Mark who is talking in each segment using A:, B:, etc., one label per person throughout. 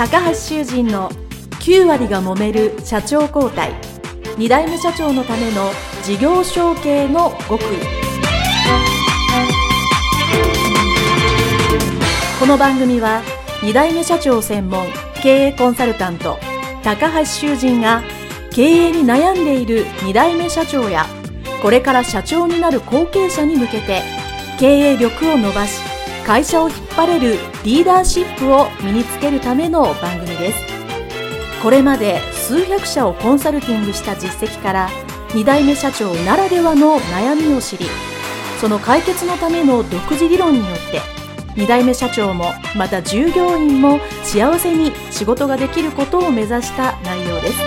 A: 高橋修人の9割が揉める社長交代、2代目社長のための事業承継の極意。この番組は2代目社長専門経営コンサルタント高橋修人が経営に悩んでいる2代目社長やこれから社長になる後継者に向けて経営力を伸ばし会社を引っ張れるリーダーシップを身につけるための番組です。これまで数百社をコンサルティングした実績から2代目社長ならではの悩みを知り、その解決のための独自理論によって2代目社長もまた従業員も幸せに仕事ができることを目指した内容です。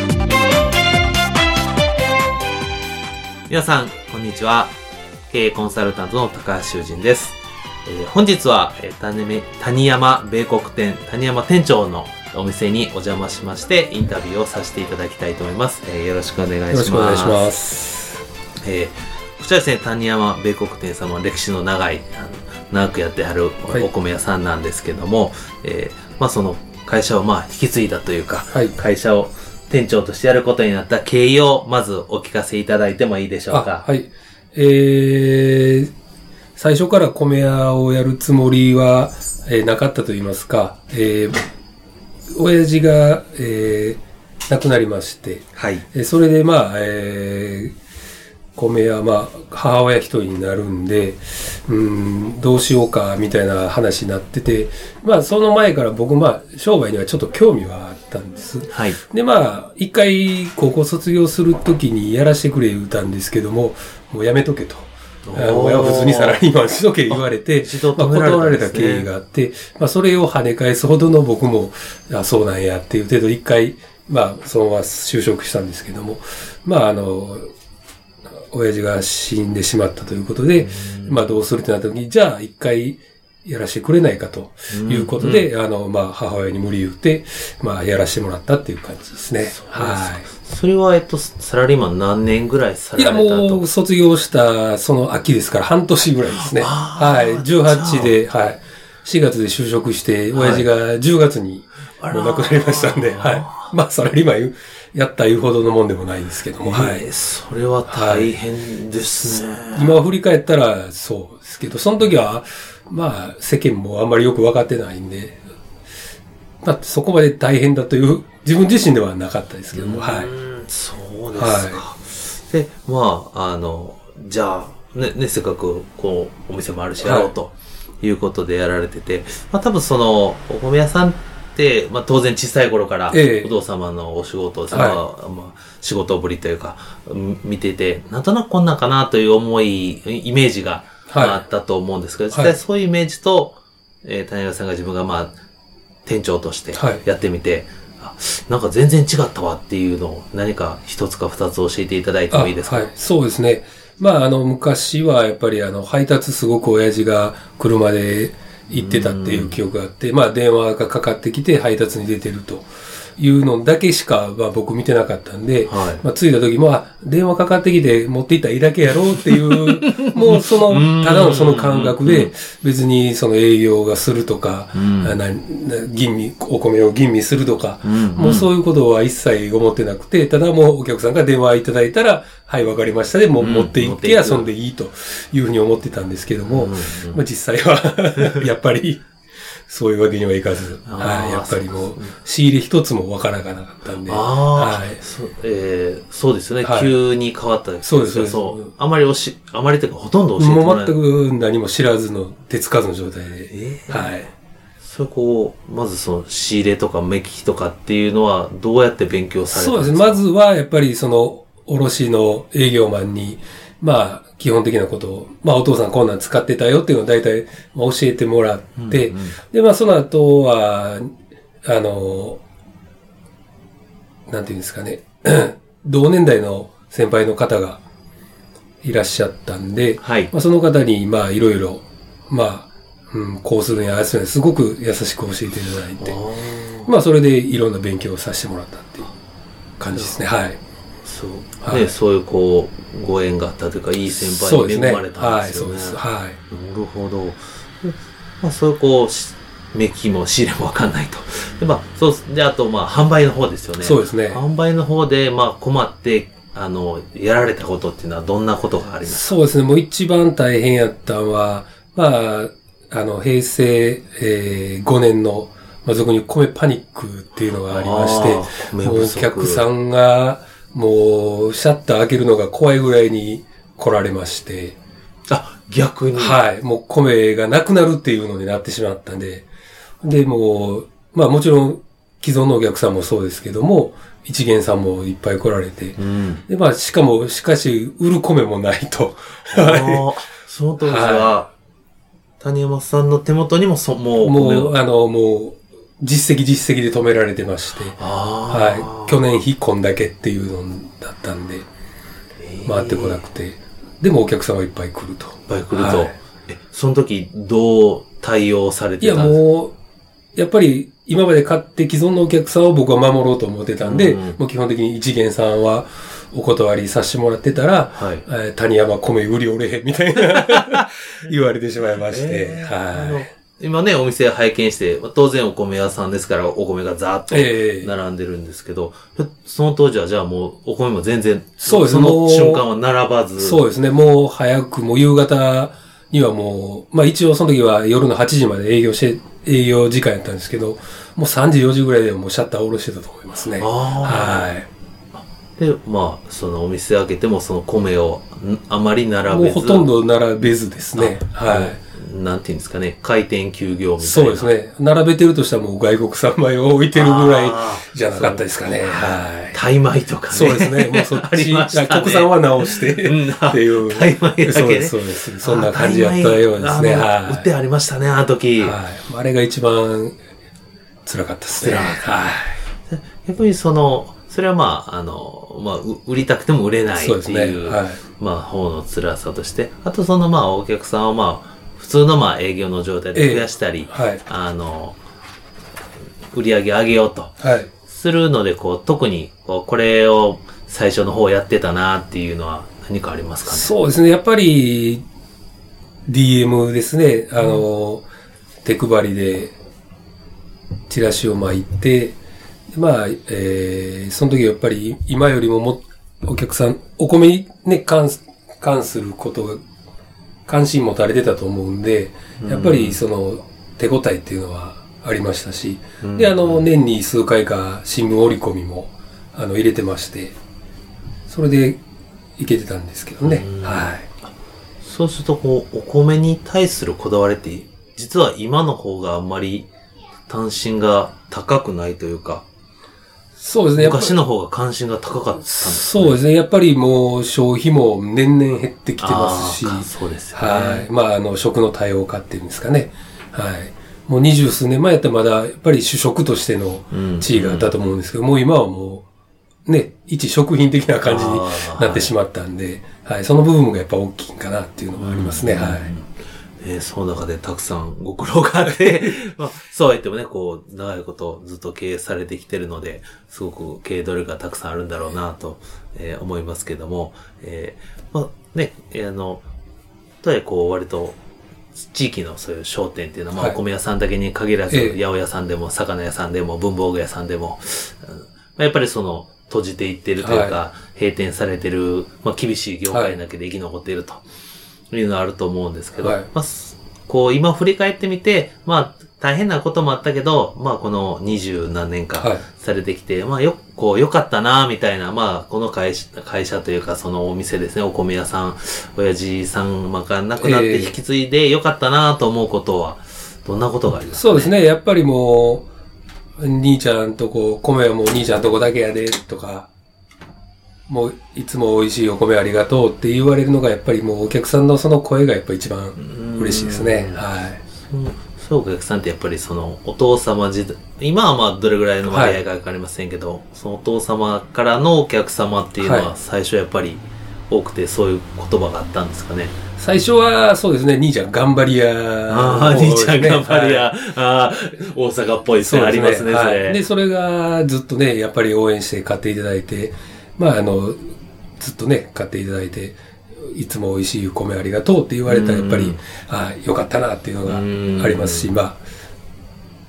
B: 皆さんこんにちは。経営コンサルタントの高橋修人です。本日は谷山米国店谷山店長のお店にお邪魔しましてインタビューをさせていただきたいと思います。よろしくお願いします。
C: よろしくお願いします。
B: こちらですね、谷山米国店様、歴史の長い長くやってあるお米屋さんなんですけども、その会社を引き継いだというか、会社を店長としてやることになった経緯をまずお聞かせいただいてもいいでしょうか。
C: はい。最初から米屋をやるつもりは、なかったと言いますか、親父が、亡くなりまして、それで米屋母親一人になるんで、どうしようかみたいな話になってて、その前から僕商売にはちょっと興味はあったんです。で一回高校卒業するときにやらせてくれ言ったんですけども、もうやめとけと。親は普通にサラリーマンしとけ言われて、断られた経緯があって、それを跳ね返すほどの僕も、そうなんやっていう程度一回、そのまま就職したんですけども、親父が死んでしまったということで、どうするってなった時に、じゃあ一回やらせてくれないかということで、母親に無理言って、やらせてもらったっていう感じですね。
B: それは、サラリーマン何年ぐらいされたと？
C: いや、もう卒業したその秋ですから半年ぐらいですね。18で、4月で就職して、親父が10月にもう亡くなりましたんで、サラリーマンやったいうほどのもんでもないですけども、
B: それは大変ですね。
C: 今振り返ったらそうですけど、その時は、世間もあんまりよく分かってないんで、そこまで大変だという自分自身ではなかったですけども、
B: そうですか。で、じゃあ、せっかく、お店もあるしやろうということでやられてて、多分お米屋さんって、当然小さい頃から、お父様のお仕事、仕事ぶりというか、見てて、なんとなくこんなんかなというイメージがあったと思うんですけど、実際そういうイメージと、谷山さんが自分が店長としてやってみて、なんか全然違ったわっていうのを何か一つか二つ教えていただいてもいいですか？
C: そうですね。昔はやっぱり配達すごく親父が車で行ってたっていう記憶があって、電話がかかってきて配達に出てるというのだけしか僕見てなかったんで、着いた時も電話かかってきて持っていったらいいだけやろうっていう、もうただのその感覚で別にその営業がするとか、お米を吟味するとか、もうそういうことは一切思ってなくて、ただもうお客さんが電話いただいたら、はい、わかりましたで、もう持って行って遊んでいいというふうに思ってたんですけども、実際はやっぱり、そういうわけにはいかず、やっぱりもう、仕入れ一つもわからなかったんで。
B: そうですよね。急に変わった。
C: そうです。
B: あまりというかほとんど教えてもらえない。
C: もう全く何も知らずの手つかずの状態で。
B: それまず仕入れとか目利きとかっていうのはどうやって勉強されたんですか？
C: そうですね。まずはやっぱり卸の営業マンに、基本的なことを、お父さんこんなん使ってたよっていうのを大体教えてもらって、で、その後は、なんていうんですかね、同年代の先輩の方がいらっしゃったんで、その方に、いろいろ、こうするんや、ああするんや、すごく優しく教えていただいて、それでいろんな勉強をさせてもらったっていう感じですね。
B: そういうご縁があったというか、いい先輩に恵まれたんですよね。
C: そうです。
B: なるほど。そういう目利きも仕入れもわかんないと。で、まあ、そう、で、あと、まあ、販売の方ですよね。
C: そうですね。
B: 販売の方で、まあ、困って、やられたことっていうのはどんなことがありますか？
C: そうですね。もう一番大変やったのは、まあ、平成、5年の、まあ、俗に米パニックっていうのがありまして、もうお客さんが、もう、シャッター開けるのが怖いぐらいに来られまして。
B: あ、逆に？
C: はい。もう米がなくなるっていうのになってしまったんで。で、もう、まあもちろん、既存のお客さんもそうですけども、一元さんもいっぱい来られて。うん、で、まあ、しかし、売る米もないと。
B: その当時は、谷山さんの手元にも
C: もう、実績で止められてまして。はい。去年比こんだけっていうのだったんで、回ってこなくて。でもお客さんはいっぱい来ると。いっ
B: ぱい来ると。はい、その時、どう対応されてたんですか？
C: いや、もう、やっぱり、今まで買って既存のお客さんを僕は守ろうと思ってたんで、もう基本的に一元さんはお断りさせてもらってたら、はい、谷山米売りおれへんみたいな言われてしまいまして、はい。
B: 今ね、お店拝見して、当然お米屋さんですからお米がザーッと並んでるんですけど、その当時はじゃあもうお米も全然、
C: そうですね、
B: その瞬間は並ばず。
C: そうですね、もう早く、もう夕方にはもう、まあ一応その時は夜の8時まで営業時間やったんですけど、もう3時4時ぐらいでもうシャッター下ろしてたと思いますね。はい。
B: で、まあ、そのお店開けてもその米をあまり並べず。
C: もうほとんど並べずですね。はい。
B: なんていうんですかね、開店休業みたいな。
C: そうですね。並べてるとしたらもう外国産米を置いてるぐらいじゃなかったですかね。はい。
B: タイ米とかね。
C: そうですね。もうそっち、国産は直してっていう。
B: タイ米だけね。
C: そうです。そんな感じやったようですね。
B: はい。売ってありましたね、あの時。
C: はい。あれが一番辛かったですね。はい。
B: 逆にそれはまあ、売りたくても売れないっていう、まあ、方の辛さとして、あとまあ、お客さんをまあ、普通のまあ、営業の状態で増やしたり、売り上げ上げようと、するので、特に、これを最初の方やってたなっていうのは何かありますかね？
C: そうですね。やっぱり、DM ですね。手配りで、チラシを巻いて、まあ、その時やっぱり今よりもお客さん、お米にね、関することが、関心持たれてたと思うんで、やっぱり手応えっていうのはありましたし、で、年に数回か新聞折り込みも、入れてまして、それでいけてたんですけどね。はい。
B: そうすると、お米に対するこだわりって、実は今の方があんまり関心が高くないというか、
C: そうですね。
B: 昔の方が関心が高かったんですね。
C: そうですね。やっぱりもう消費も年々減ってきてますし。
B: そうですよね。
C: はい。まあ、食の多様化っていうんですかね。はい。もう20数年前やったらまだやっぱり主食としての地位があったと思うんですけど、もう今はもう、ね、一食品的な感じになってしまったんで、はい。その部分がやっぱ大きいかなっていうのもありますね。はい。
B: その中でたくさんご苦労があって、まあ、そうは言ってもね、長いことずっと経営されてきてるので、すごく経営努力がたくさんあるんだろうなと、思いますけども、まあね、とはいえ割と、地域のそういう商店っていうのは、まあ、お米屋さんだけに限らず、八百屋さんでも、魚屋さんでも、文房具屋さんでも、やっぱり閉じていってるというか、閉店されてる、まあ、厳しい業界だけで生き残っていると。いうのはあると思うんですけど、まあ、今振り返ってみて、まあ、大変なこともあったけど、まあ、この20何年かされてきて、まあ、良かったな、みたいな、まあ、この会社というか、そのお店ですね、お米屋さん、親父さんが亡くなって引き継いで良かったな、と思うことは、どんなことがありますかね？
C: そうですね、やっぱりもう、兄ちゃんと米はもう兄ちゃんとこだけやで、とか、もういつも美味しいお米ありがとうって言われるのがやっぱりもうお客さんのその声がやっぱり一番嬉しいですね。はい。
B: そう、お客さんってやっぱりお父様今はまあどれぐらいの割合かわかりませんけど、そのお父様からのお客様っていうのは最初やっぱり多くてそういう言葉があったんですかね？
C: 最初はそうですね、兄ちゃん頑張り屋、
B: 兄ちゃん頑張り屋、大阪っぽいですね、ありますね、それ。
C: で、それがずっとね、やっぱり応援して買っていただいて、まあずっとね、買っていただいて、いつも美味しい米ありがとうって言われたらやっぱり、よかったなっていうのがありますし、まあ、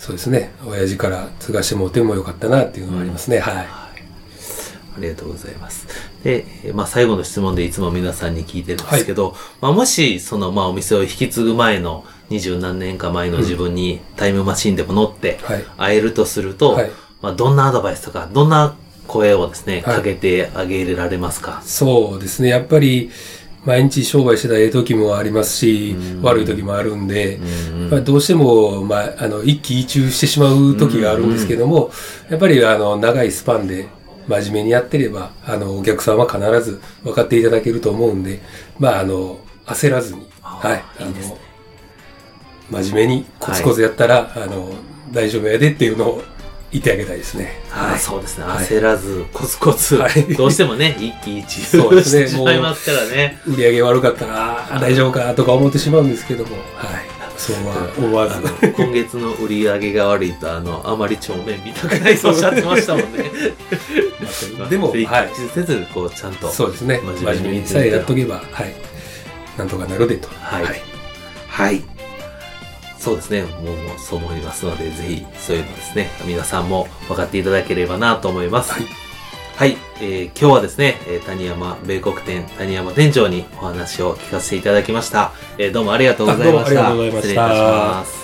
C: そうですね。親父から継がしてもらってもよかったなっていうのがありますね。はい。
B: ありがとうございます。で、最後の質問でいつも皆さんに聞いてるんですけど、もし、お店を引き継ぐ前の20何年か前の自分にタイムマシンでも乗って会えるとすると、どんなアドバイスとか、どんな声をですね、かけてあげられますか？
C: そうですね。やっぱり、毎日商売してたらええ時もありますし、悪い時もあるんで、どうしても、一喜一憂してしまう時があるんですけども、やっぱり長いスパンで、真面目にやってれば、お客さんは必ず分かっていただけると思うんで、焦らずに、いいですね。真面目にコツコツやったら、大丈夫やでっていうのを言ってあげたいですね。
B: そうですね。焦らず、コツコツ。どうしてもね、一喜一憂してしまいますからね。
C: 売り上げ悪かったら、大丈夫かとか思ってしまうんですけども、そうは思わず。
B: 今月の売り上げが悪いと、あまり帳面見たくないとおっしゃってましたもんね。
C: でも、
B: せず、ちゃんと。
C: そうですね。真面目にさえやっとけば、なんとかなるでと。
B: そうですね。もうそう思いますので、ぜひ、そういうのですね、皆さんも分かっていただければなと思います。今日はですね、谷山米国店、谷山店長にお話を聞かせていただきました。どうもありがとうございました。
C: どうもありがとうございました。
B: 失礼いたします。